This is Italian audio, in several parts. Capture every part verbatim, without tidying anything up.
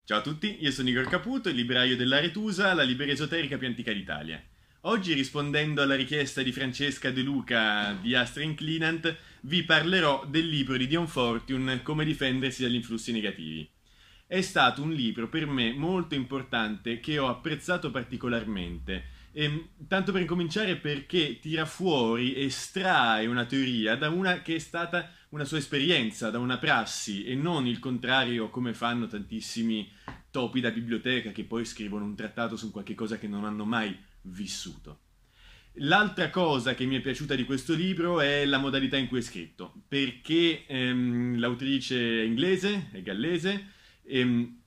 Ciao a tutti, io sono Igor Caputo, il libraio dell'Aretusa, la libreria esoterica più antica d'Italia. Oggi, rispondendo alla richiesta di Francesca De Luca di Astra Inclinant, vi parlerò del libro di Dion Fortune, Come difendersi dagli influssi negativi. È stato un libro per me molto importante che ho apprezzato particolarmente. E, tanto per incominciare, perché tira fuori, estrae una teoria da una che è stata una sua esperienza, da una prassi, e non il contrario come fanno tantissimi topi da biblioteca che poi scrivono un trattato su qualche cosa che non hanno mai vissuto. L'altra cosa che mi è piaciuta di questo libro è la modalità in cui è scritto, perché ehm, l'autrice è inglese, è gallese, ehm,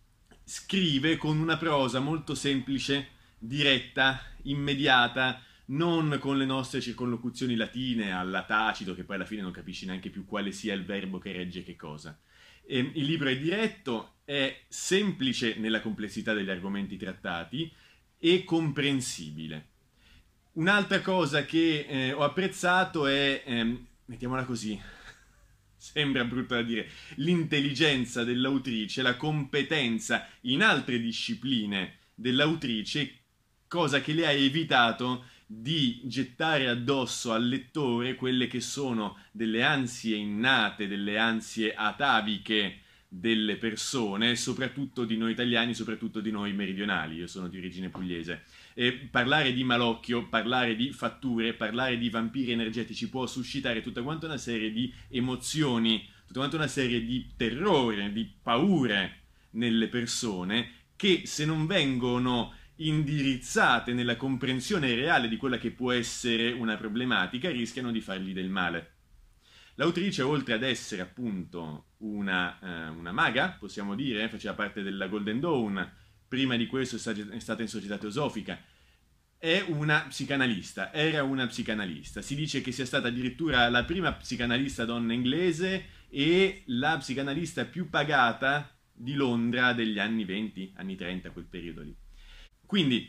scrive con una prosa molto semplice, diretta, immediata, non con le nostre circonlocuzioni latine alla Tacito, che poi alla fine non capisci neanche più quale sia il verbo che regge che cosa. E il libro è diretto, è semplice nella complessità degli argomenti trattati e comprensibile. Un'altra cosa che eh, ho apprezzato è, ehm, mettiamola così, sembra brutto da dire, l'intelligenza dell'autrice, la competenza in altre discipline dell'autrice, cosa che le ha evitato di gettare addosso al lettore quelle che sono delle ansie innate, delle ansie ataviche delle persone, soprattutto di noi italiani, soprattutto di noi meridionali. Io sono di origine pugliese. E parlare di malocchio, parlare di fatture, parlare di vampiri energetici può suscitare tutta quanta una serie di emozioni, tutta quanta una serie di terrore, di paure nelle persone che, se non vengono indirizzate nella comprensione reale di quella che può essere una problematica, rischiano di fargli del male. L'autrice, oltre ad essere appunto una, eh, una maga, possiamo dire, faceva parte della Golden Dawn, prima di questo è stata in Società Teosofica, è una psicanalista, era una psicanalista. Si dice che sia stata addirittura la prima psicanalista donna inglese e la psicanalista più pagata di Londra degli anni venti, anni trenta, quel periodo lì. Quindi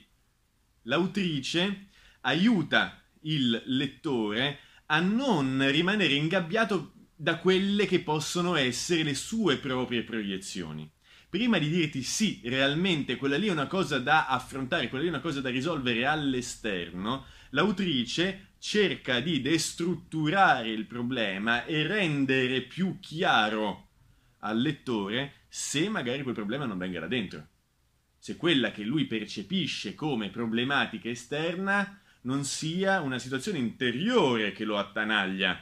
l'autrice aiuta il lettore a non rimanere ingabbiato da quelle che possono essere le sue proprie proiezioni. Prima di dirti sì, realmente quella lì è una cosa da affrontare, quella lì è una cosa da risolvere all'esterno, l'autrice cerca di destrutturare il problema e rendere più chiaro al lettore se magari quel problema non venga da dentro. Se quella che lui percepisce come problematica esterna non sia una situazione interiore che lo attanaglia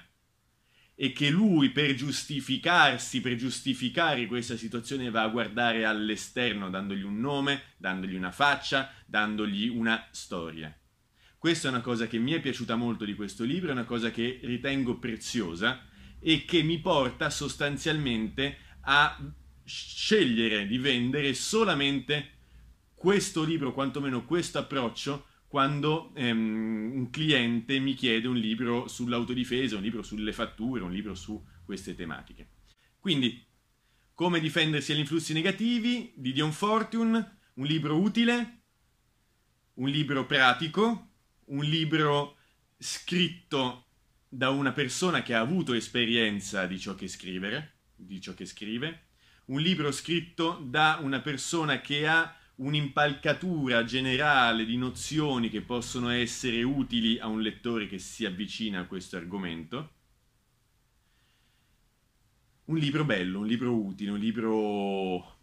e che lui, per giustificarsi, per giustificare questa situazione, va a guardare all'esterno, dandogli un nome, dandogli una faccia, dandogli una storia. Questa è una cosa che mi è piaciuta molto di questo libro, è una cosa che ritengo preziosa e che mi porta sostanzialmente a scegliere di vendere solamente questo libro, quantomeno questo approccio, quando ehm, un cliente mi chiede un libro sull'autodifesa, un libro sulle fatture, un libro su queste tematiche. Quindi, Come difendersi dagli influssi negativi di Dion Fortune, un libro utile, un libro pratico, un libro scritto da una persona che ha avuto esperienza di ciò che scrivere, di ciò che scrive, un libro scritto da una persona che ha un'impalcatura generale di nozioni che possono essere utili a un lettore che si avvicina a questo argomento. Un libro bello, un libro utile, un libro...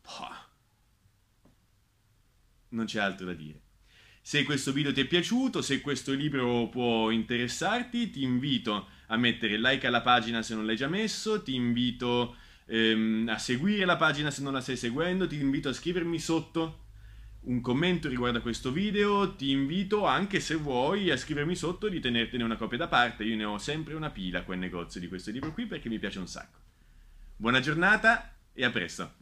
non c'è altro da dire. Se questo video ti è piaciuto, se questo libro può interessarti, ti invito a mettere like alla pagina se non l'hai già messo, ti invito ehm, a seguire la pagina se non la stai seguendo, ti invito a scrivermi sotto un commento riguardo a questo video, ti invito anche, se vuoi, a scrivermi sotto di tenertene una copia da parte. Io ne ho sempre una pila qua in negozio di questo libro qui perché mi piace un sacco. Buona giornata e a presto!